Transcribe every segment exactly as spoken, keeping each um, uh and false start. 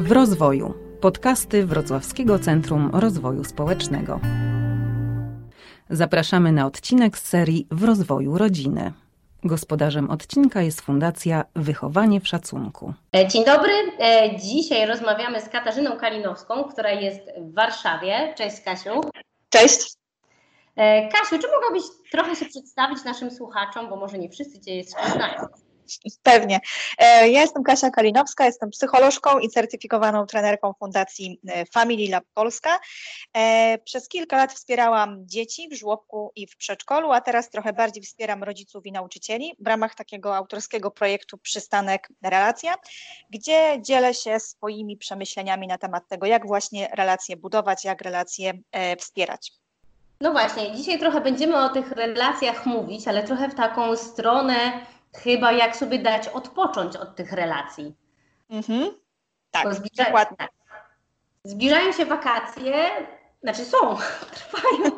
W rozwoju. Podcasty Wrocławskiego Centrum Rozwoju Społecznego. Zapraszamy na odcinek z serii W rozwoju rodziny. Gospodarzem odcinka jest Fundacja Wychowanie w Szacunku. Dzień dobry. Dzisiaj rozmawiamy z Katarzyną Kalinowską, która jest w Warszawie. Cześć Kasiu. Cześć. Kasiu, czy mogłabyś trochę się przedstawić naszym słuchaczom, bo może nie wszyscy Cię jeszcze znają? Pewnie. Ja jestem Kasia Kalinowska, jestem psycholożką i certyfikowaną trenerką Fundacji Family Lab Polska. Przez kilka lat wspierałam dzieci w żłobku i w przedszkolu, a teraz trochę bardziej wspieram rodziców i nauczycieli w ramach takiego autorskiego projektu Przystanek Relacja, gdzie dzielę się swoimi przemyśleniami na temat tego, jak właśnie relacje budować, jak relacje wspierać. No właśnie, dzisiaj trochę będziemy o tych relacjach mówić, ale trochę w taką stronę chyba jak sobie dać odpocząć od tych relacji. Mhm. Tak, zbliża... dokładnie. Tak. Zbliżają się wakacje, znaczy są, trwają.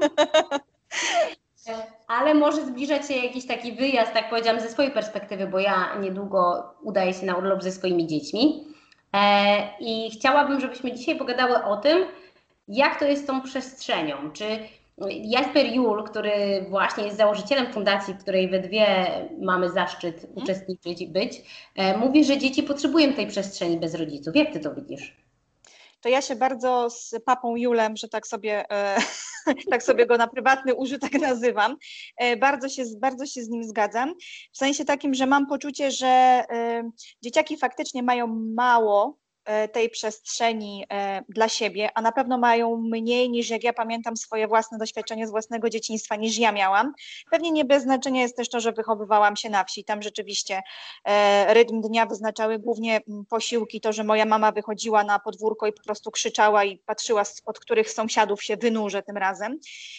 Ale może zbliżać się jakiś taki wyjazd, tak powiedziałam ze swojej perspektywy, bo ja niedługo udaję się na urlop ze swoimi dziećmi. E, I chciałabym, żebyśmy dzisiaj pogadały o tym, jak to jest z tą przestrzenią. Czy Jasper Juhl, który właśnie jest założycielem fundacji, w której we dwie mamy zaszczyt hmm. uczestniczyć i być, e, mówi, że dzieci potrzebują tej przestrzeni bez rodziców. Jak ty to widzisz? To ja się bardzo z papą Julem, że tak sobie, e, tak sobie go na prywatny użytek nazywam, e, bardzo, się, bardzo się z nim zgadzam. W sensie takim, że mam poczucie, że e, dzieciaki faktycznie mają mało tej przestrzeni dla siebie, a na pewno mają mniej niż, jak ja pamiętam, swoje własne doświadczenie z własnego dzieciństwa, niż ja miałam. Pewnie nie bez znaczenia jest też to, że wychowywałam się na wsi. Tam rzeczywiście rytm dnia wyznaczały głównie posiłki, to, że moja mama wychodziła na podwórko i po prostu krzyczała i patrzyła, od których sąsiadów się wynurzę tym razem.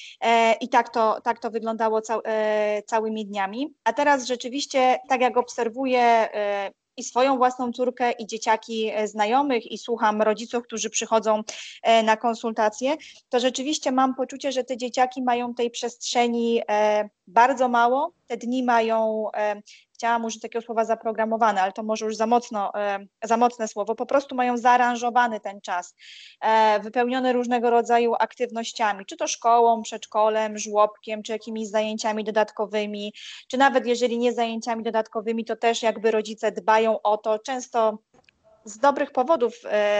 I tak to, tak to wyglądało cał, całymi dniami. A teraz rzeczywiście, tak jak obserwuję i swoją własną córkę, i dzieciaki znajomych, i słucham rodziców, którzy przychodzą na konsultacje, to rzeczywiście mam poczucie, że te dzieciaki mają tej przestrzeni bardzo mało, te dni mają, chciałam użyć takiego słowa zaprogramowane, ale to może już za mocno, za mocne słowo, po prostu mają zaaranżowany ten czas, wypełniony różnego rodzaju aktywnościami, czy to szkołą, przedszkolem, żłobkiem, czy jakimiś zajęciami dodatkowymi, czy nawet jeżeli nie zajęciami dodatkowymi, to też jakby rodzice dbają o to, często z dobrych powodów,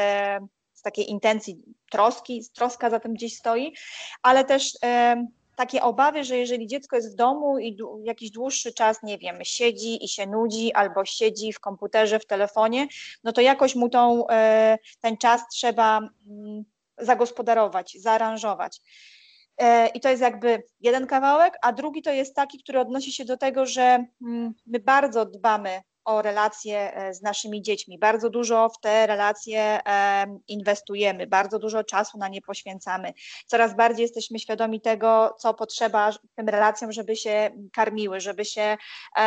z takiej intencji troski, troska za tym gdzieś stoi, ale też takie obawy, że jeżeli dziecko jest w domu i jakiś dłuższy czas, nie wiem, siedzi i się nudzi albo siedzi w komputerze, w telefonie, no to jakoś mu tą, ten czas trzeba zagospodarować, zaaranżować. I to jest jakby jeden kawałek, a drugi to jest taki, który odnosi się do tego, że my bardzo dbamy o relacje z naszymi dziećmi. Bardzo dużo w te relacje inwestujemy, bardzo dużo czasu na nie poświęcamy. Coraz bardziej jesteśmy świadomi tego, co potrzeba tym relacjom, żeby się karmiły, żeby się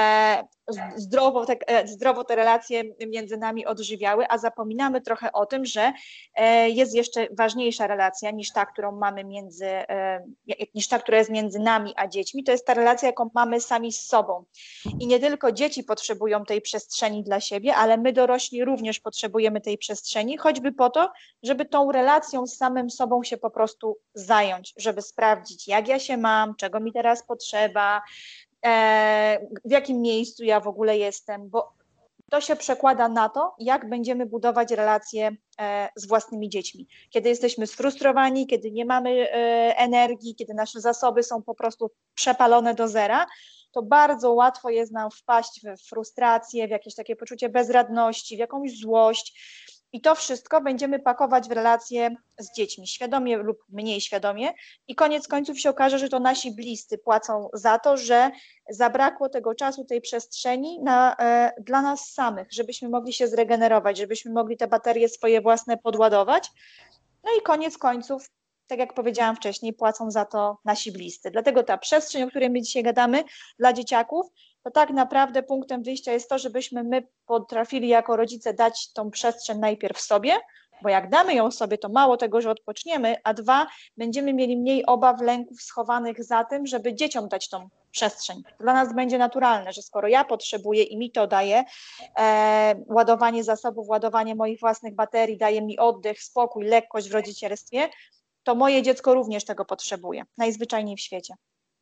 zdrowo te, zdrowo te relacje między nami odżywiały, a zapominamy trochę o tym, że jest jeszcze ważniejsza relacja niż ta, którą mamy między, niż ta, która jest między nami a dziećmi. To jest ta relacja, jaką mamy sami z sobą. I nie tylko dzieci potrzebują tej przestrzeni dla siebie, ale my dorośli również potrzebujemy tej przestrzeni, choćby po to, żeby tą relacją z samym sobą się po prostu zająć, żeby sprawdzić, jak ja się mam, czego mi teraz potrzeba, e, w jakim miejscu ja w ogóle jestem, bo to się przekłada na to, jak będziemy budować relacje e, z własnymi dziećmi. Kiedy jesteśmy sfrustrowani, kiedy nie mamy e, energii, kiedy nasze zasoby są po prostu przepalone do zera, to bardzo łatwo jest nam wpaść w frustrację, w jakieś takie poczucie bezradności, w jakąś złość. I to wszystko będziemy pakować w relacje z dziećmi, świadomie lub mniej świadomie. I koniec końców się okaże, że to nasi bliscy płacą za to, że zabrakło tego czasu, tej przestrzeni na, e, dla nas samych, żebyśmy mogli się zregenerować, żebyśmy mogli te baterie swoje własne podładować. No i koniec końców, tak jak powiedziałam wcześniej, płacą za to nasi bliscy. Dlatego ta przestrzeń, o której my dzisiaj gadamy dla dzieciaków, to tak naprawdę punktem wyjścia jest to, żebyśmy my potrafili jako rodzice dać tą przestrzeń najpierw sobie, bo jak damy ją sobie, to mało tego, że odpoczniemy, a dwa, będziemy mieli mniej obaw, lęków schowanych za tym, żeby dzieciom dać tą przestrzeń. Dla nas będzie naturalne, że skoro ja potrzebuję i mi to daje e, ładowanie zasobów, ładowanie moich własnych baterii, daje mi oddech, spokój, lekkość w rodzicielstwie, to moje dziecko również tego potrzebuje, najzwyczajniej w świecie.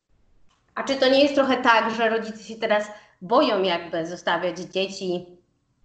A czy to nie jest trochę tak, że rodzice się teraz boją jakby zostawiać dzieci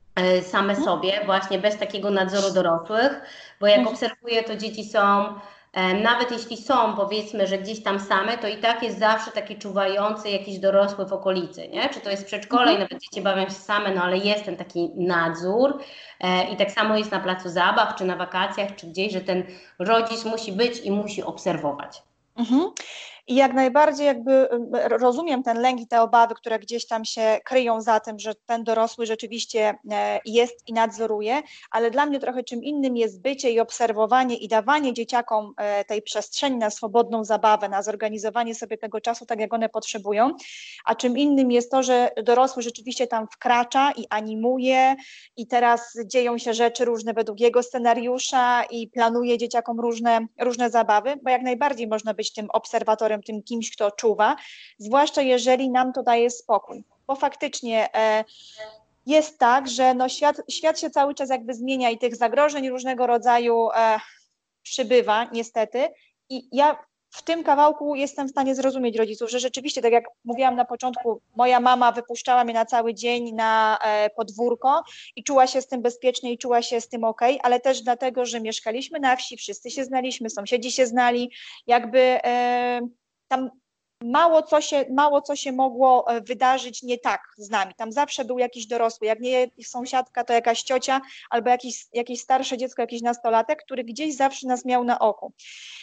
same sobie, właśnie bez takiego nadzoru dorosłych, bo jak obserwuję, to dzieci są, nawet jeśli są, powiedzmy, że gdzieś tam same, to i tak jest zawsze taki czuwający jakiś dorosły w okolicy, nie? Czy to jest przedszkole mhm. i nawet dzieci bawią się same, no ale jest ten taki nadzór i tak samo jest na placu zabaw, czy na wakacjach, czy gdzieś, że ten rodzic musi być i musi obserwować. Mhm. I jak najbardziej jakby rozumiem ten lęk i te obawy, które gdzieś tam się kryją za tym, że ten dorosły rzeczywiście jest i nadzoruje, ale dla mnie trochę czym innym jest bycie i obserwowanie i dawanie dzieciakom tej przestrzeni na swobodną zabawę, na zorganizowanie sobie tego czasu tak, jak one potrzebują, a czym innym jest to, że dorosły rzeczywiście tam wkracza i animuje i teraz dzieją się rzeczy różne według jego scenariusza i planuje dzieciakom różne, różne zabawy, bo jak najbardziej można być tym obserwatorem, tym kimś, kto czuwa, zwłaszcza jeżeli nam to daje spokój, bo faktycznie e, jest tak, że no świat, świat się cały czas jakby zmienia i tych zagrożeń różnego rodzaju e, przybywa niestety i ja w tym kawałku jestem w stanie zrozumieć rodziców, że rzeczywiście, tak jak mówiłam na początku, moja mama wypuszczała mnie na cały dzień na e, podwórko i czuła się z tym bezpiecznie i czuła się z tym okej, ale też dlatego, że mieszkaliśmy na wsi, wszyscy się znaliśmy, sąsiedzi się znali, jakby e, tam mało co, się, mało co się mogło wydarzyć nie tak z nami. Tam zawsze był jakiś dorosły, jak nie sąsiadka, to jakaś ciocia albo jakiś, jakieś starsze dziecko, jakiś nastolatek, który gdzieś zawsze nas miał na oku.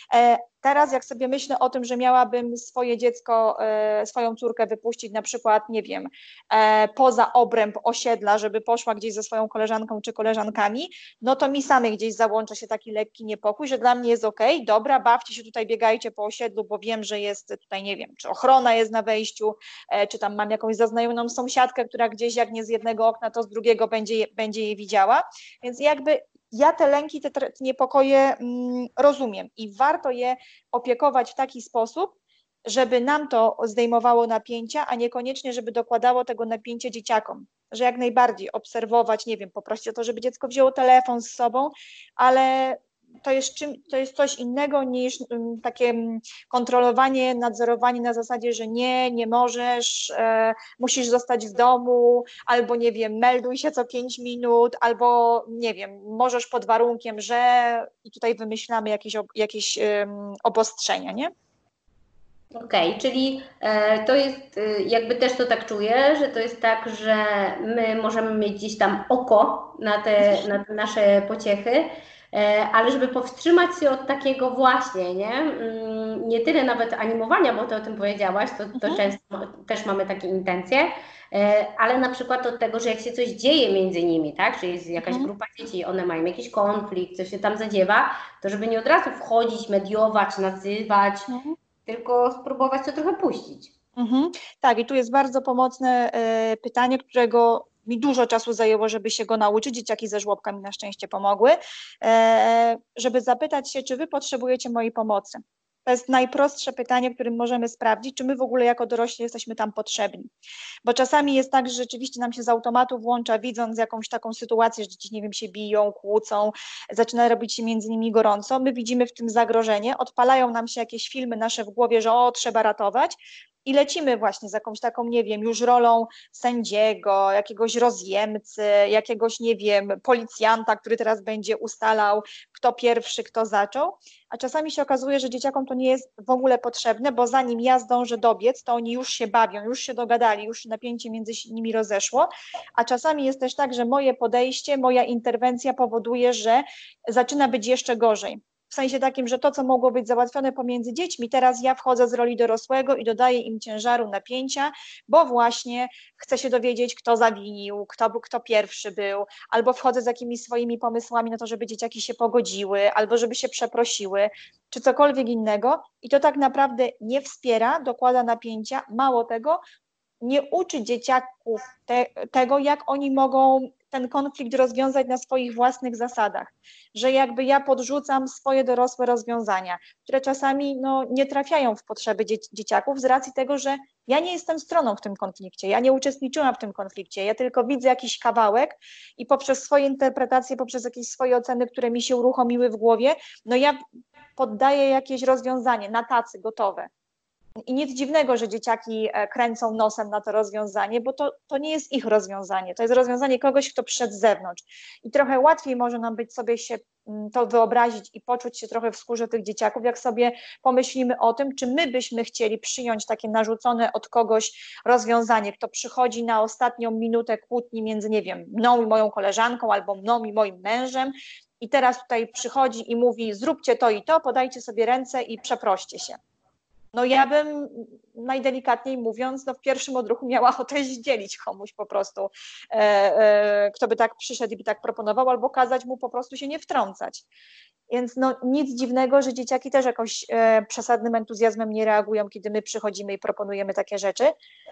Teraz jak sobie myślę o tym, że miałabym swoje dziecko, swoją córkę wypuścić na przykład, nie wiem, poza obręb osiedla, żeby poszła gdzieś ze swoją koleżanką czy koleżankami, no to mi samej gdzieś załącza się taki lekki niepokój, że dla mnie jest okej, okay, dobra, bawcie się tutaj, biegajcie po osiedlu, bo wiem, że jest tutaj, nie wiem, czy ochrona jest na wejściu, czy tam mam jakąś zaznajomioną sąsiadkę, która gdzieś jak nie z jednego okna, to z drugiego będzie, będzie je widziała, więc jakby ja te lęki, te, te niepokoje mm, rozumiem i warto je opiekować w taki sposób, żeby nam to zdejmowało napięcia, a niekoniecznie, żeby dokładało tego napięcia dzieciakom, że jak najbardziej obserwować, nie wiem, poprosić o to, żeby dziecko wzięło telefon z sobą, ale to jest, czym, to jest coś innego niż um, takie kontrolowanie, nadzorowanie na zasadzie, że nie, nie możesz, e, musisz zostać w domu, albo nie wiem, melduj się co pięć minut, albo nie wiem, możesz pod warunkiem, że i tutaj wymyślamy jakieś, jakieś um, obostrzenia, nie? Okej, okay, czyli e, to jest, e, jakby też to tak czuję, że to jest tak, że my możemy mieć gdzieś tam oko na te, na te nasze pociechy, e, ale żeby powstrzymać się od takiego właśnie, nie? Mm, nie tyle nawet animowania, bo ty o tym powiedziałaś, to, to mhm. często też mamy takie intencje, e, ale na przykład od tego, że jak się coś dzieje między nimi, tak, że jest jakaś mhm. grupa dzieci, one mają jakiś konflikt, coś się tam zadziewa, to żeby nie od razu wchodzić, mediować, nazywać, mhm. tylko spróbować to trochę puścić. Mhm. Tak, i tu jest bardzo pomocne y, pytanie, którego mi dużo czasu zajęło, żeby się go nauczyć. Dzieciaki ze żłobka mi na szczęście pomogły, y, żeby zapytać się, czy wy potrzebujecie mojej pomocy. To jest najprostsze pytanie, którym możemy sprawdzić, czy my w ogóle jako dorośli jesteśmy tam potrzebni. Bo czasami jest tak, że rzeczywiście nam się z automatu włącza, widząc jakąś taką sytuację, że dzieci, nie wiem, się biją, kłócą, zaczyna robić się między nimi gorąco, my widzimy w tym zagrożenie, odpalają nam się jakieś filmy nasze w głowie, że o, trzeba ratować, i lecimy właśnie z jakąś taką, nie wiem, już rolą sędziego, jakiegoś rozjemcy, jakiegoś, nie wiem, policjanta, który teraz będzie ustalał, kto pierwszy, kto zaczął, a czasami się okazuje, że dzieciakom to nie jest w ogóle potrzebne, bo zanim ja zdążę dobiec, to oni już się bawią, już się dogadali, już napięcie między nimi rozeszło, a czasami jest też tak, że moje podejście, moja interwencja powoduje, że zaczyna być jeszcze gorzej. W sensie takim, że to, co mogło być załatwione pomiędzy dziećmi, teraz ja wchodzę z roli dorosłego i dodaję im ciężaru, napięcia, bo właśnie chcę się dowiedzieć, kto zawinił, kto, kto pierwszy był, albo wchodzę z jakimiś swoimi pomysłami na to, żeby dzieciaki się pogodziły, albo żeby się przeprosiły, czy cokolwiek innego. I to tak naprawdę nie wspiera, dokłada napięcia, mało tego, nie uczy dzieciaków te, tego, jak oni mogą ten konflikt rozwiązać na swoich własnych zasadach, że jakby ja podrzucam swoje dorosłe rozwiązania, które czasami no, nie trafiają w potrzeby dzieci, dzieciaków z racji tego, że ja nie jestem stroną w tym konflikcie, ja nie uczestniczyłam w tym konflikcie, ja tylko widzę jakiś kawałek i poprzez swoje interpretacje, poprzez jakieś swoje oceny, które mi się uruchomiły w głowie, no ja poddaję jakieś rozwiązanie na tacy gotowe. I nic dziwnego, że dzieciaki kręcą nosem na to rozwiązanie, bo to, to nie jest ich rozwiązanie, to jest rozwiązanie kogoś, kto przyszedł z zewnątrz. I trochę łatwiej może nam być sobie się to wyobrazić i poczuć się trochę w skórze tych dzieciaków, jak sobie pomyślimy o tym, czy my byśmy chcieli przyjąć takie narzucone od kogoś rozwiązanie, kto przychodzi na ostatnią minutę kłótni między, nie wiem, mną i moją koleżanką, albo mną i moim mężem, i teraz tutaj przychodzi i mówi, zróbcie to i to, podajcie sobie ręce i przeproście się. No ja bym, najdelikatniej mówiąc, no w pierwszym odruchu miała ochotę zdzielić komuś po prostu, e, e, kto by tak przyszedł i by tak proponował, albo kazać mu po prostu się nie wtrącać. Więc no nic dziwnego, że dzieciaki też jakoś e, przesadnym entuzjazmem nie reagują, kiedy my przychodzimy i proponujemy takie rzeczy.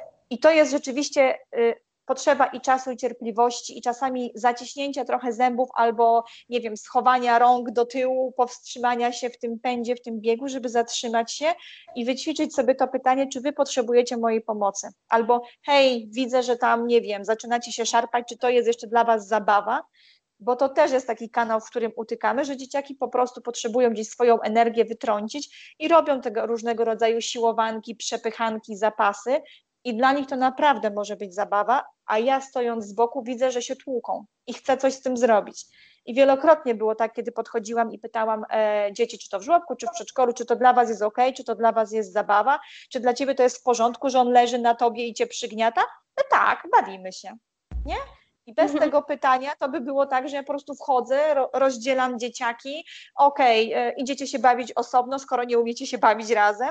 I to jest rzeczywiście e, potrzeba i czasu, i cierpliwości, i czasami zaciśnięcia trochę zębów, albo, nie wiem, schowania rąk do tyłu, powstrzymania się w tym pędzie, w tym biegu, żeby zatrzymać się i wyćwiczyć sobie to pytanie, czy wy potrzebujecie mojej pomocy. Albo, hej, widzę, że tam, nie wiem, zaczynacie się szarpać, czy to jest jeszcze dla was zabawa, bo to też jest taki kanał, w którym utykamy, że dzieciaki po prostu potrzebują gdzieś swoją energię wytrącić i robią tego różnego rodzaju siłowanki, przepychanki, zapasy, i dla nich to naprawdę może być zabawa, a ja stojąc z boku widzę, że się tłuką i chcę coś z tym zrobić. I wielokrotnie było tak, kiedy podchodziłam i pytałam e, dzieci, czy to w żłobku, czy w przedszkolu, czy to dla was jest okej, czy to dla was jest zabawa, czy dla ciebie to jest w porządku, że on leży na tobie i cię przygniata? No tak, bawimy się, nie? I bez mhm. tego pytania to by było tak, że ja po prostu wchodzę, ro, rozdzielam dzieciaki, okej, e, idziecie się bawić osobno, skoro nie umiecie się bawić razem,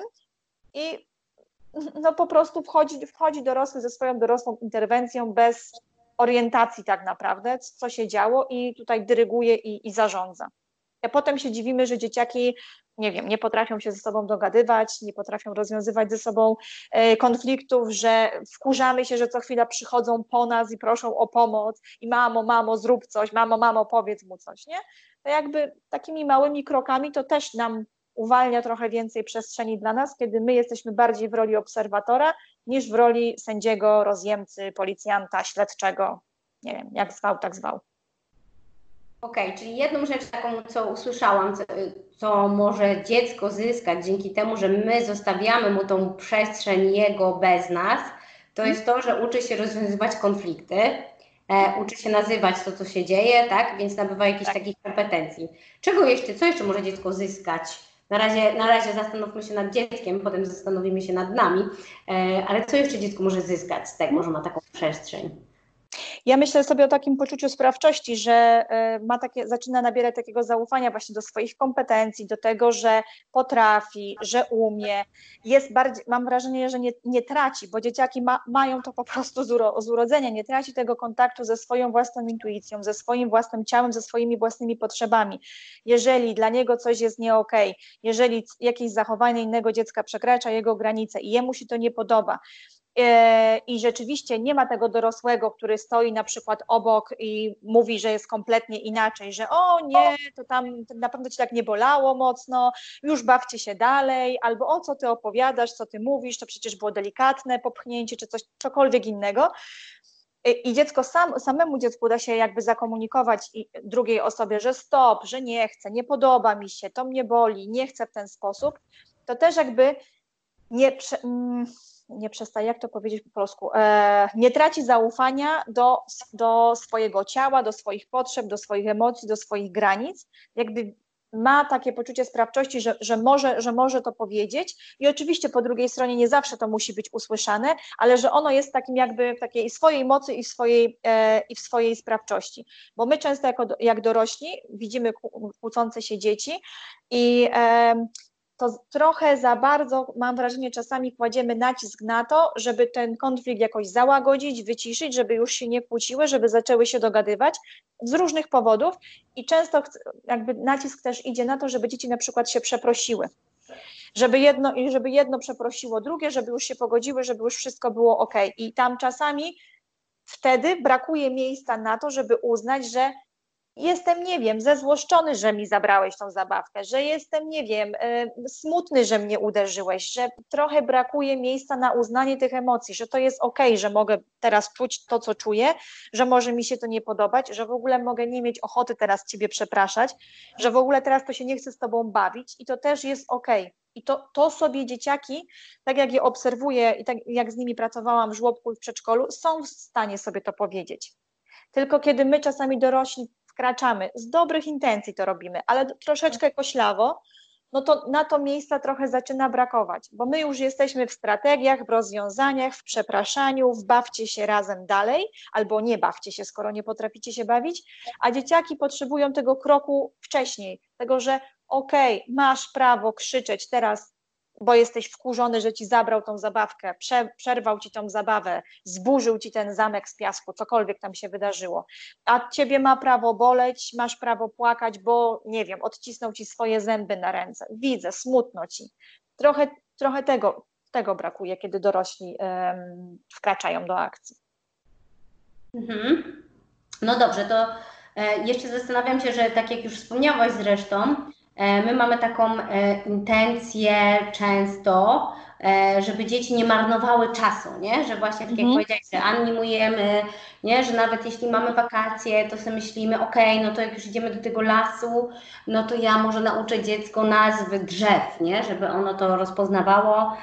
i no po prostu wchodzi, wchodzi dorosły ze swoją dorosłą interwencją bez orientacji tak naprawdę, co się działo, i tutaj dyryguje i, i zarządza. A potem się dziwimy, że dzieciaki, nie wiem, nie potrafią się ze sobą dogadywać, nie potrafią rozwiązywać ze sobą e, konfliktów, że wkurzamy się, że co chwila przychodzą po nas i proszą o pomoc i mamo, mamo, zrób coś, mamo, mamo, powiedz mu coś, nie? To jakby takimi małymi krokami to też nam uwalnia trochę więcej przestrzeni dla nas, kiedy my jesteśmy bardziej w roli obserwatora niż w roli sędziego, rozjemcy, policjanta, śledczego, nie wiem, jak zwał, tak zwał. Okej, okay, czyli jedną rzecz taką, co usłyszałam, co, co może dziecko zyskać dzięki temu, że my zostawiamy mu tą przestrzeń jego bez nas, to jest to, że uczy się rozwiązywać konflikty, e, uczy się nazywać to, co się dzieje, tak? Więc nabywa jakichś tak. takich kompetencji. Czego jeszcze, co jeszcze może dziecko zyskać? Na razie, na razie zastanówmy się nad dzieckiem, potem zastanowimy się nad nami, e, ale co jeszcze dziecko może zyskać z tego, że ma taką przestrzeń? Ja myślę sobie o takim poczuciu sprawczości, że ma takie, zaczyna nabierać takiego zaufania właśnie do swoich kompetencji, do tego, że potrafi, że umie. Jest bardziej, mam wrażenie, że nie, nie traci, bo dzieciaki ma, mają to po prostu z, uro, z urodzenia, nie traci tego kontaktu ze swoją własną intuicją, ze swoim własnym ciałem, ze swoimi własnymi potrzebami. Jeżeli dla niego coś jest nie okej, jeżeli jakieś zachowanie innego dziecka przekracza jego granice i jemu się to nie podoba, i rzeczywiście nie ma tego dorosłego, który stoi na przykład obok i mówi, że jest kompletnie inaczej, że o nie, to tam na pewno cię tak nie bolało mocno, już bawcie się dalej, albo o co ty opowiadasz, co ty mówisz, to przecież było delikatne popchnięcie, czy coś, cokolwiek innego. I dziecko sam, samemu dziecku da się jakby zakomunikować drugiej osobie, że stop, że nie chcę, nie podoba mi się, to mnie boli, nie chcę w ten sposób, to też jakby nie... Prze- nie przestaje, jak to powiedzieć po polsku, e, nie traci zaufania do, do swojego ciała, do swoich potrzeb, do swoich emocji, do swoich granic, jakby ma takie poczucie sprawczości, że, że, może, że może to powiedzieć, i oczywiście po drugiej stronie nie zawsze to musi być usłyszane, ale że ono jest takim jakby w takiej swojej mocy i w swojej, e, i w swojej sprawczości, bo my często jako, jak dorośli widzimy kłócące się dzieci i e, to trochę za bardzo, mam wrażenie, czasami kładziemy nacisk na to, żeby ten konflikt jakoś załagodzić, wyciszyć, żeby już się nie kłóciły, żeby zaczęły się dogadywać z różnych powodów, i często jakby nacisk też idzie na to, żeby dzieci na przykład się przeprosiły, żeby jedno, i żeby jedno przeprosiło drugie, żeby już się pogodziły, żeby już wszystko było okej. I tam czasami wtedy brakuje miejsca na to, żeby uznać, że jestem, nie wiem, zezłoszczony, że mi zabrałeś tą zabawkę, że jestem, nie wiem, y, smutny, że mnie uderzyłeś, że trochę brakuje miejsca na uznanie tych emocji, że to jest okej, że mogę teraz czuć to, co czuję, że może mi się to nie podobać, że w ogóle mogę nie mieć ochoty teraz ciebie przepraszać, że w ogóle teraz to się nie chce z tobą bawić i to też jest okej. I to, to sobie dzieciaki, tak jak je obserwuję i tak jak z nimi pracowałam w żłobku i w przedszkolu, są w stanie sobie to powiedzieć. Tylko kiedy my czasami dorośli wkraczamy, z dobrych intencji to robimy, ale troszeczkę koślawo, no to na to miejsca trochę zaczyna brakować, bo my już jesteśmy w strategiach, w rozwiązaniach, w przepraszaniu, w bawcie się razem dalej, albo nie bawcie się, skoro nie potraficie się bawić, a dzieciaki potrzebują tego kroku wcześniej, tego, że okej, okay, masz prawo krzyczeć teraz, bo jesteś wkurzony, że ci zabrał tą zabawkę, prze, przerwał ci tą zabawę, zburzył ci ten zamek z piasku, cokolwiek tam się wydarzyło, a ciebie ma prawo boleć, masz prawo płakać, bo nie wiem, odcisnął ci swoje zęby na ręce, widzę, smutno ci. Trochę, trochę tego, tego brakuje, kiedy dorośli um, wkraczają do akcji. Mhm. No dobrze, to e, jeszcze zastanawiam się, że tak jak już wspomniałaś zresztą, my mamy taką intencję często, żeby dzieci nie marnowały czasu, nie? Że właśnie tak jak mm-hmm. powiedziałaś, że animujemy, nie? Że nawet jeśli mamy wakacje, to sobie myślimy, okej, okay, no to jak już idziemy do tego lasu, no to ja może nauczę dziecko nazwy drzew, nie? Żeby ono to rozpoznawało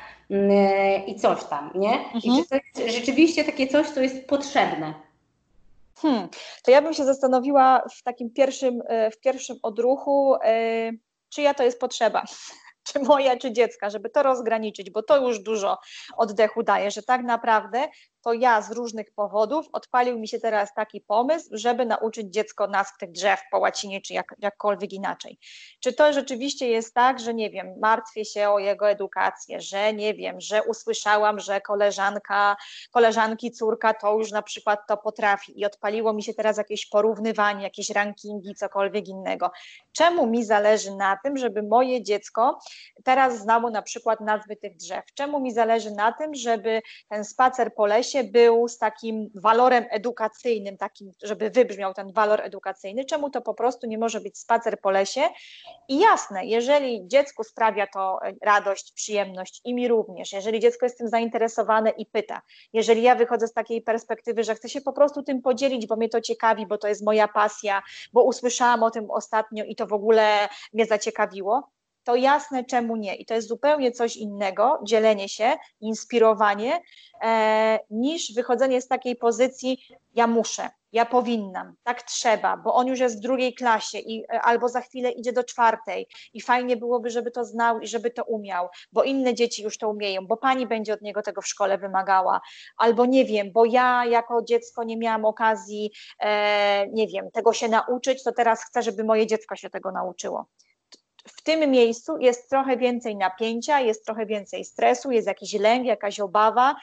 i coś tam, nie? Mm-hmm. I czy to jest rzeczywiście takie coś, co jest potrzebne? Hmm, to ja bym się zastanowiła w takim pierwszym, w pierwszym odruchu, yy, czyja to jest potrzeba, czy moja, czy dziecka, żeby to rozgraniczyć, bo to już dużo oddechu daje, że tak naprawdę to ja z różnych powodów odpalił mi się teraz taki pomysł, żeby nauczyć dziecko nazw tych drzew po łacinie, czy jak, jakkolwiek inaczej. Czy to rzeczywiście jest tak, że nie wiem, martwię się o jego edukację, że nie wiem, że usłyszałam, że koleżanka, koleżanki, córka to już na przykład to potrafi i odpaliło mi się teraz jakieś porównywanie, jakieś rankingi, cokolwiek innego. Czemu mi zależy na tym, żeby moje dziecko teraz znało na przykład nazwy tych drzew? Czemu mi zależy na tym, żeby ten spacer po lesie był z takim walorem edukacyjnym, takim, żeby wybrzmiał ten walor edukacyjny? Czemu to po prostu nie może być spacer po lesie? I jasne, jeżeli dziecku sprawia to radość, przyjemność i mi również, jeżeli dziecko jest tym zainteresowane i pyta, jeżeli ja wychodzę z takiej perspektywy, że chcę się po prostu tym podzielić, bo mnie to ciekawi, bo to jest moja pasja, bo usłyszałam o tym ostatnio i to w ogóle mnie zaciekawiło, to jasne, czemu nie. I to jest zupełnie coś innego, dzielenie się, inspirowanie, e, niż wychodzenie z takiej pozycji, ja muszę, ja powinnam, tak trzeba, bo on już jest w drugiej klasie i albo za chwilę idzie do czwartej i fajnie byłoby, żeby to znał i żeby to umiał, bo inne dzieci już to umieją, bo pani będzie od niego tego w szkole wymagała, albo nie wiem, bo ja jako dziecko nie miałam okazji, e, nie wiem, tego się nauczyć, to teraz chcę, żeby moje dziecko się tego nauczyło. W tym miejscu jest trochę więcej napięcia, jest trochę więcej stresu, jest jakiś lęk, jakaś obawa.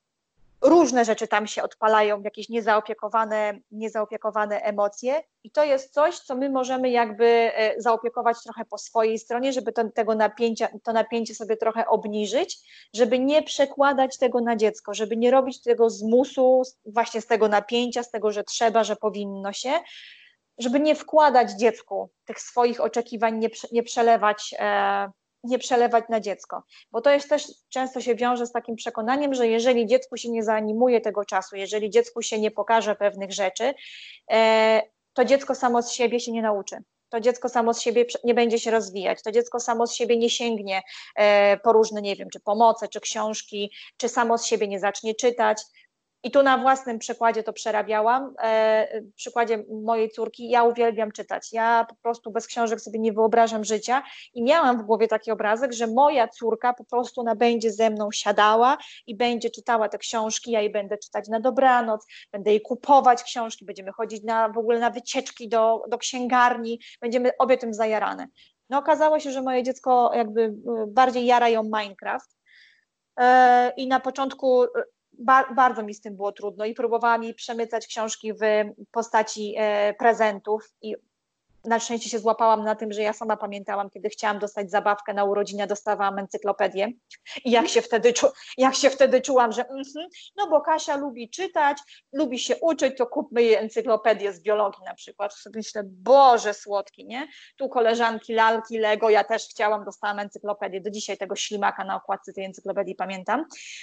Różne rzeczy tam się odpalają, jakieś niezaopiekowane, niezaopiekowane emocje i to jest coś, co my możemy jakby zaopiekować trochę po swojej stronie, żeby to, tego napięcia, to napięcie sobie trochę obniżyć, żeby nie przekładać tego na dziecko, żeby nie robić tego zmusu właśnie z tego napięcia, z tego, że trzeba, że powinno się, żeby nie wkładać dziecku tych swoich oczekiwań, nie, nie, przelewać, e, nie przelewać na dziecko. Bo to jest też, często się wiąże z takim przekonaniem, że jeżeli dziecku się nie zaanimuje tego czasu, jeżeli dziecku się nie pokaże pewnych rzeczy, e, to dziecko samo z siebie się nie nauczy. To dziecko samo z siebie nie będzie się rozwijać, to dziecko samo z siebie nie sięgnie e, po różne, nie wiem, czy pomoce, czy książki, czy samo z siebie nie zacznie czytać. I tu na własnym przykładzie to przerabiałam, e, przykładzie mojej córki, ja uwielbiam czytać, ja po prostu bez książek sobie nie wyobrażam życia i miałam w głowie taki obrazek, że moja córka po prostu ona będzie ze mną siadała i będzie czytała te książki, ja jej będę czytać na dobranoc, będę jej kupować książki, będziemy chodzić na, w ogóle na wycieczki do, do księgarni, będziemy obie tym zajarane. No okazało się, że moje dziecko jakby bardziej jara ją Minecraft e, i na początku Ba- bardzo mi z tym było trudno i próbowałam jej przemycać książki w postaci e, prezentów i na szczęście się złapałam na tym, że ja sama pamiętałam, kiedy chciałam dostać zabawkę na urodzinę, dostawałam encyklopedię i jak się wtedy, czu, jak się wtedy czułam, że mm, no bo Kasia lubi czytać, lubi się uczyć, to kupmy jej encyklopedię z biologii na przykład. Sobie myślę, Boże słodki, nie? Tu koleżanki, lalki, Lego, ja też chciałam, dostałam encyklopedię, do dzisiaj tego ślimaka na okładce tej encyklopedii pamiętam.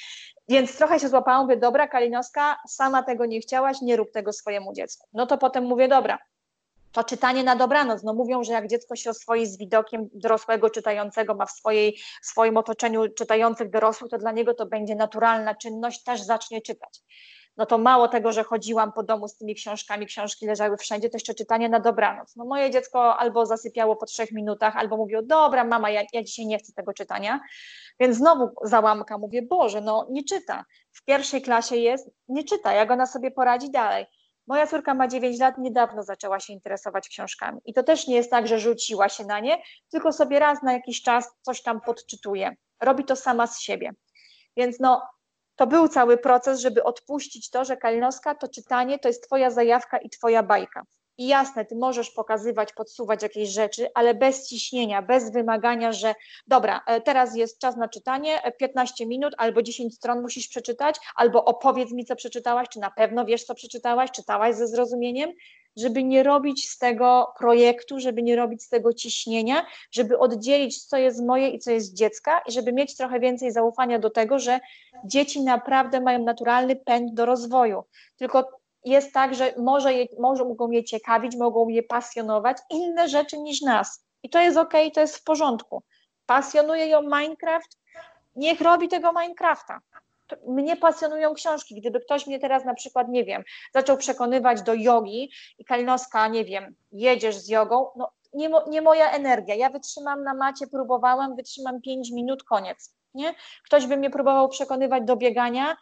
Więc trochę się złapałam, mówię, dobra Kalinowska, sama tego nie chciałaś, nie rób tego swojemu dziecku. No to potem mówię, dobra, to czytanie na dobranoc, no mówią, że jak dziecko się oswoi z widokiem dorosłego czytającego, ma w swojej, w swoim otoczeniu czytających dorosłych, to dla niego to będzie naturalna czynność, też zacznie czytać. No to mało tego, że chodziłam po domu z tymi książkami, książki leżały wszędzie, to jeszcze czytanie na dobranoc. No moje dziecko albo zasypiało po trzech minutach, albo mówiło, dobra mama, ja, ja dzisiaj nie chcę tego czytania, więc znowu załamka, mówię, Boże, no nie czyta. W pierwszej klasie jest, nie czyta, jak ona sobie poradzi dalej. Moja córka ma dziewięć lat, niedawno zaczęła się interesować książkami i to też nie jest tak, że rzuciła się na nie, tylko sobie raz na jakiś czas coś tam podczytuje. Robi to sama z siebie. Więc no, to był cały proces, żeby odpuścić to, że Kalinowska, to czytanie to jest twoja zajawka i twoja bajka. I jasne, ty możesz pokazywać, podsuwać jakieś rzeczy, ale bez ciśnienia, bez wymagania, że dobra, teraz jest czas na czytanie, piętnaście minut albo dziesięć stron musisz przeczytać, albo opowiedz mi, co przeczytałaś, czy na pewno wiesz, co przeczytałaś, czytałaś ze zrozumieniem, żeby nie robić z tego projektu, żeby nie robić z tego ciśnienia, żeby oddzielić, co jest moje i co jest dziecka i żeby mieć trochę więcej zaufania do tego, że dzieci naprawdę mają naturalny pęd do rozwoju, tylko jest tak, że może, je, może mogą je ciekawić, mogą je pasjonować inne rzeczy niż nas. I to jest okej, to jest w porządku. Pasjonuje ją Minecraft, niech robi tego Minecrafta. Mnie pasjonują książki. Gdyby ktoś mnie teraz na przykład, nie wiem, zaczął przekonywać do jogi i Kalinowska, nie wiem, jedziesz z jogą, no nie, nie moja energia. Ja wytrzymam na macie, próbowałam, wytrzymam pięć minut, koniec. Nie? Ktoś by mnie próbował przekonywać do biegania,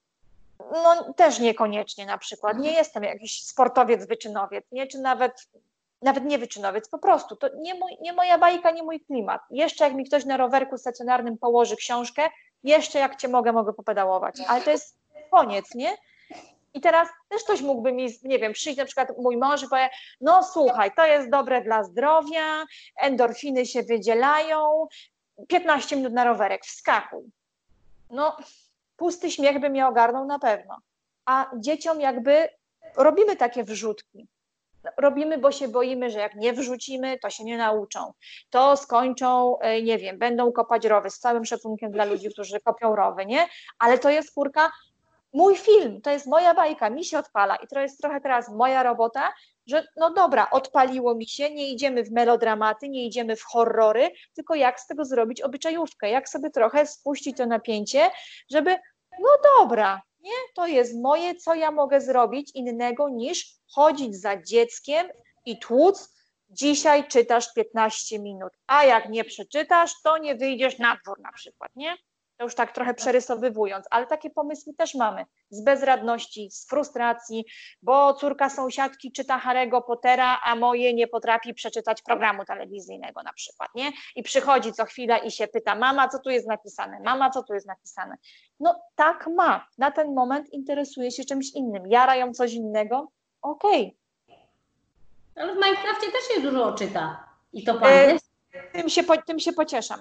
no też niekoniecznie na przykład, nie jestem jakiś sportowiec, wyczynowiec, nie, czy nawet, nawet nie wyczynowiec, po prostu, to nie, mój, nie moja bajka, nie mój klimat. Jeszcze jak mi ktoś na rowerku stacjonarnym położy książkę, jeszcze jak cię mogę, mogę popedałować, ale to jest koniec, nie? I teraz też ktoś mógłby mi, nie wiem, przyjść na przykład mój mąż i powie, no słuchaj, to jest dobre dla zdrowia, endorfiny się wydzielają, piętnaście minut na rowerek, wskakuj. No pusty śmiech by mnie ogarnął na pewno. A dzieciom jakby robimy takie wrzutki. Robimy, bo się boimy, że jak nie wrzucimy, to się nie nauczą. To skończą, nie wiem, będą kopać rowy, z całym szacunkiem dla ludzi, którzy kopią rowy, nie? Ale to jest, kurka, mój film, to jest moja bajka, mi się odpala i to jest trochę teraz moja robota, że no dobra, odpaliło mi się, nie idziemy w melodramaty, nie idziemy w horrory, tylko jak z tego zrobić obyczajówkę, jak sobie trochę spuścić to napięcie, żeby no dobra, nie, to jest moje, co ja mogę zrobić innego niż chodzić za dzieckiem i tłuc, dzisiaj czytasz piętnaście minut, a jak nie przeczytasz, to nie wyjdziesz na dwór na przykład, nie? To już tak trochę przerysowywując, ale takie pomysły też mamy, z bezradności, z frustracji, bo córka sąsiadki czyta Harry'ego Pottera, a moje nie potrafi przeczytać programu telewizyjnego na przykład, nie? I przychodzi co chwila i się pyta, mama, co tu jest napisane, mama, co tu jest napisane. No tak ma, na ten moment interesuje się czymś innym, jara ją coś innego, okej. Okay. Ale w Minecrafcie też się dużo czyta i to po angielsku. E, tym, się po, tym się pocieszam.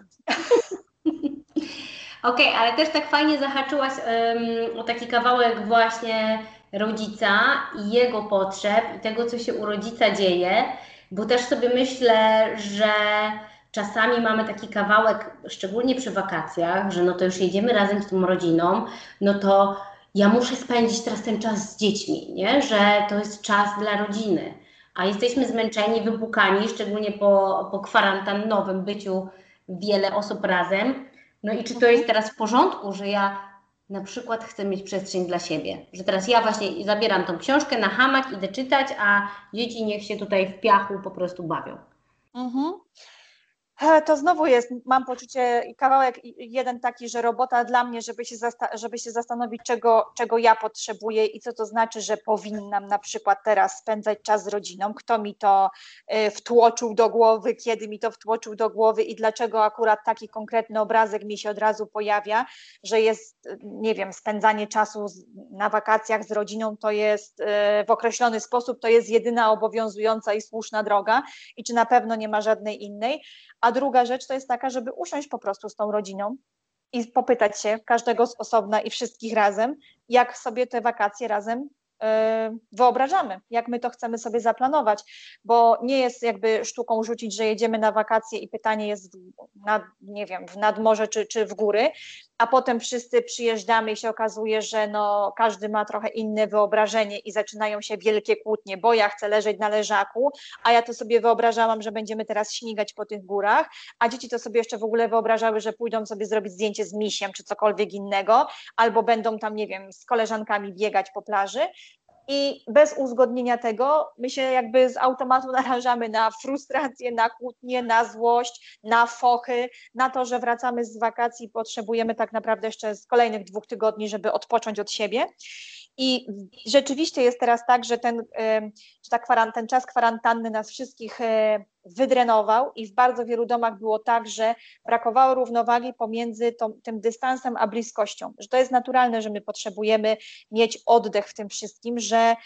Okej, okay, ale też tak fajnie zahaczyłaś um, o taki kawałek właśnie rodzica i jego potrzeb i tego, co się u rodzica dzieje, bo też sobie myślę, że czasami mamy taki kawałek, szczególnie przy wakacjach, że no to już jedziemy razem z tą rodziną, no to ja muszę spędzić teraz ten czas z dziećmi, nie? Że to jest czas dla rodziny, a jesteśmy zmęczeni, wypukani, szczególnie po, po kwarantannowym byciu wiele osób razem. No i czy to jest teraz w porządku, że ja na przykład chcę mieć przestrzeń dla siebie, że teraz ja właśnie zabieram tą książkę na hamak, idę czytać, a dzieci niech się tutaj w piachu po prostu bawią. Mhm. To znowu jest, mam poczucie, kawałek jeden taki, że robota dla mnie, żeby się, zasta- żeby się zastanowić, czego, czego ja potrzebuję i co to znaczy, że powinnam na przykład teraz spędzać czas z rodziną, kto mi to y, wtłoczył do głowy, kiedy mi to wtłoczył do głowy i dlaczego akurat taki konkretny obrazek mi się od razu pojawia, że jest, nie wiem, spędzanie czasu z, na wakacjach z rodziną to jest y, w określony sposób, to jest jedyna obowiązująca i słuszna droga i czy na pewno nie ma żadnej innej. A druga rzecz to jest taka, żeby usiąść po prostu z tą rodziną i popytać się każdego z osobna i wszystkich razem, jak sobie te wakacje razem yy, wyobrażamy, jak my to chcemy sobie zaplanować, bo nie jest jakby sztuką rzucić, że jedziemy na wakacje i pytanie jest nad, nie wiem, w nadmorze czy, czy w góry, a potem wszyscy przyjeżdżamy i się okazuje, że no, każdy ma trochę inne wyobrażenie i zaczynają się wielkie kłótnie, bo ja chcę leżeć na leżaku, a ja to sobie wyobrażałam, że będziemy teraz śmigać po tych górach, a dzieci to sobie jeszcze w ogóle wyobrażały, że pójdą sobie zrobić zdjęcie z misiem czy cokolwiek innego, albo będą tam, nie wiem, z koleżankami biegać po plaży. I bez uzgodnienia tego my się jakby z automatu narażamy na frustrację, na kłótnie, na złość, na fochy, na to, że wracamy z wakacji i potrzebujemy tak naprawdę jeszcze z kolejnych dwóch tygodni, żeby odpocząć od siebie. I rzeczywiście jest teraz tak, że ten, że ta kwaran- ten czas kwarantanny nas wszystkich wydrenował i w bardzo wielu domach było tak, że brakowało równowagi pomiędzy tą, tym dystansem a bliskością, że to jest naturalne, że my potrzebujemy mieć oddech w tym wszystkim, że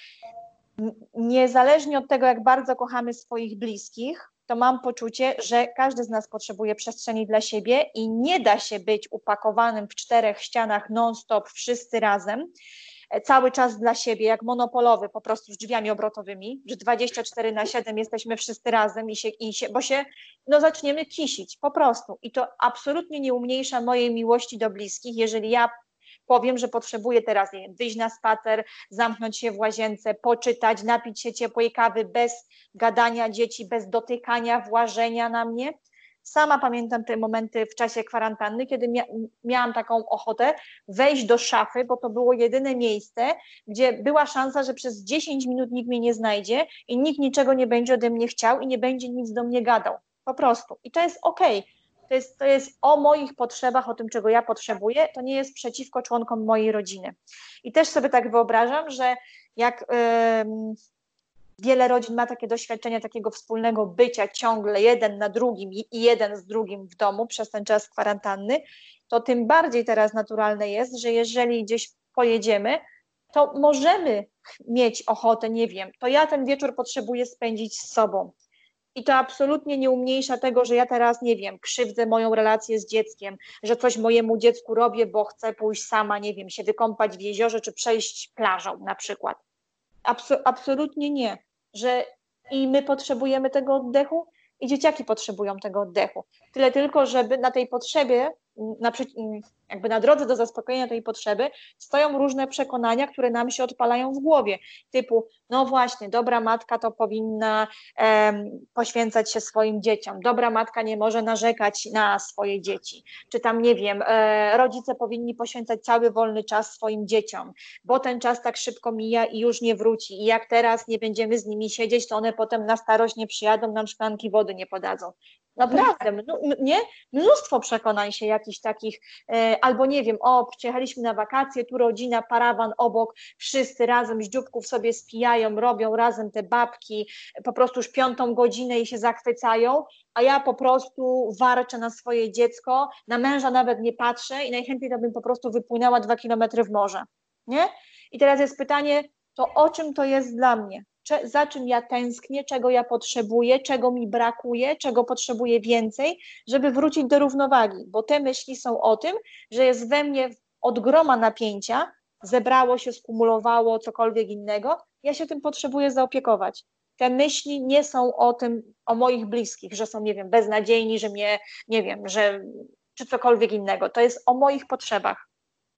niezależnie od tego, jak bardzo kochamy swoich bliskich, to mam poczucie, że każdy z nas potrzebuje przestrzeni dla siebie i nie da się być upakowanym w czterech ścianach non-stop wszyscy razem, cały czas dla siebie, jak monopolowy, po prostu z drzwiami obrotowymi, że dwadzieścia cztery na siedem jesteśmy wszyscy razem i się, i się, bo się, no zaczniemy kisić, po prostu. I to absolutnie nie umniejsza mojej miłości do bliskich, jeżeli ja powiem, że potrzebuję teraz, nie wiem, wyjść na spacer, zamknąć się w łazience, poczytać, napić się ciepłej kawy bez gadania dzieci, bez dotykania, włażenia na mnie. Sama pamiętam te momenty w czasie kwarantanny, kiedy mia miałam taką ochotę wejść do szafy, bo to było jedyne miejsce, gdzie była szansa, że przez dziesięć minut nikt mnie nie znajdzie i nikt niczego nie będzie ode mnie chciał i nie będzie nic do mnie gadał. Po prostu. I to jest okej. To jest, to jest o moich potrzebach, o tym, czego ja potrzebuję, to nie jest przeciwko członkom mojej rodziny. I też sobie tak wyobrażam, że jak yy, wiele rodzin ma takie doświadczenie takiego wspólnego bycia ciągle jeden na drugim i jeden z drugim w domu przez ten czas kwarantanny, to tym bardziej teraz naturalne jest, że jeżeli gdzieś pojedziemy, to możemy mieć ochotę, nie wiem, to ja ten wieczór potrzebuję spędzić z sobą. I to absolutnie nie umniejsza tego, że ja teraz, nie wiem, krzywdzę moją relację z dzieckiem, że coś mojemu dziecku robię, bo chcę pójść sama, nie wiem, się wykąpać w jeziorze czy przejść plażą na przykład. Absu- absolutnie nie, że i my potrzebujemy tego oddechu i dzieciaki potrzebują tego oddechu. Tyle tylko, żeby na tej potrzebie, na, jakby na drodze do zaspokojenia tej potrzeby stoją różne przekonania, które nam się odpalają w głowie, typu, no właśnie, dobra matka to powinna em, poświęcać się swoim dzieciom, dobra matka nie może narzekać na swoje dzieci, czy tam, nie wiem, e, rodzice powinni poświęcać cały wolny czas swoim dzieciom, bo ten czas tak szybko mija i już nie wróci i jak teraz nie będziemy z nimi siedzieć, to one potem na starość nie przyjadą, nam szklanki wody nie podadzą. Naprawdę, nie? Mnóstwo przekonań się jakichś takich, e, albo nie wiem, o, przyjechaliśmy na wakacje, tu rodzina, parawan obok, wszyscy razem z dzióbków sobie spijają, robią razem te babki, po prostu już piątą godzinę i się zachwycają, a ja po prostu warczę na swoje dziecko, na męża nawet nie patrzę i najchętniej to bym po prostu wypłynęła dwa kilometry w morze, nie? I teraz jest pytanie, to o czym to jest dla mnie? Za czym ja tęsknię, czego ja potrzebuję, czego mi brakuje, czego potrzebuję więcej, żeby wrócić do równowagi, bo te myśli są o tym, że jest we mnie od groma napięcia, zebrało się, skumulowało cokolwiek innego, ja się tym potrzebuję zaopiekować. Te myśli nie są o tym, o moich bliskich, że są, nie wiem, beznadziejni, że mnie, nie wiem, że czy cokolwiek innego. To jest o moich potrzebach.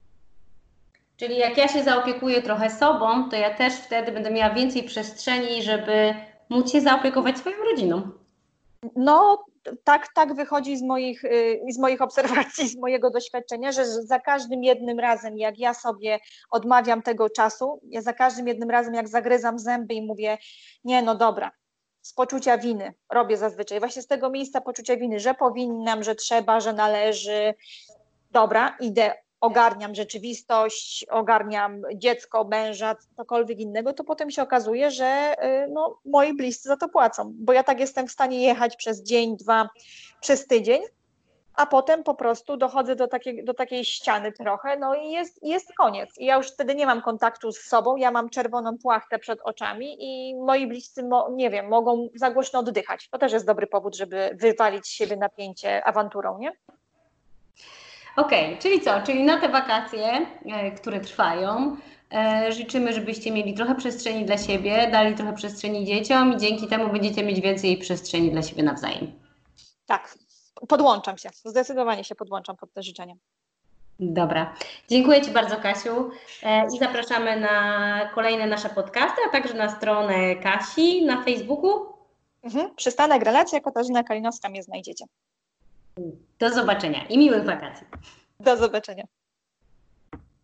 Czyli jak ja się zaopiekuję trochę sobą, to ja też wtedy będę miała więcej przestrzeni, żeby móc się zaopiekować swoją rodziną. No, tak, tak wychodzi z moich, z moich obserwacji, z mojego doświadczenia, że za każdym jednym razem, jak ja sobie odmawiam tego czasu, ja za każdym jednym razem, jak zagryzam zęby i mówię, nie, no dobra, z poczucia winy robię zazwyczaj, właśnie z tego miejsca poczucia winy, że powinnam, że trzeba, że należy. Dobra, idę, ogarniam rzeczywistość, ogarniam dziecko, męża, cokolwiek innego, to potem się okazuje, że no, moi bliscy za to płacą, bo ja tak jestem w stanie jechać przez dzień, dwa, przez tydzień, a potem po prostu dochodzę do takiej, do takiej ściany trochę, no i jest, jest koniec. I ja już wtedy nie mam kontaktu z sobą, ja mam czerwoną płachtę przed oczami i moi bliscy, mo, nie wiem, mogą za głośno oddychać. To też jest dobry powód, żeby wywalić z siebie napięcie awanturą, nie? Okej, okay, czyli co? Czyli na te wakacje, e, które trwają, e, życzymy, żebyście mieli trochę przestrzeni dla siebie, dali trochę przestrzeni dzieciom i dzięki temu będziecie mieć więcej przestrzeni dla siebie nawzajem. Tak, podłączam się, zdecydowanie się podłączam pod te życzenia. Dobra, dziękuję Ci bardzo, Kasiu, e, i zapraszamy na kolejne nasze podcasty, a także na stronę Kasi na Facebooku. Mhm. Przystanek Relacja, Katarzyna Kalinowska, mnie znajdziecie. Do zobaczenia i miłych wakacji. Do zobaczenia.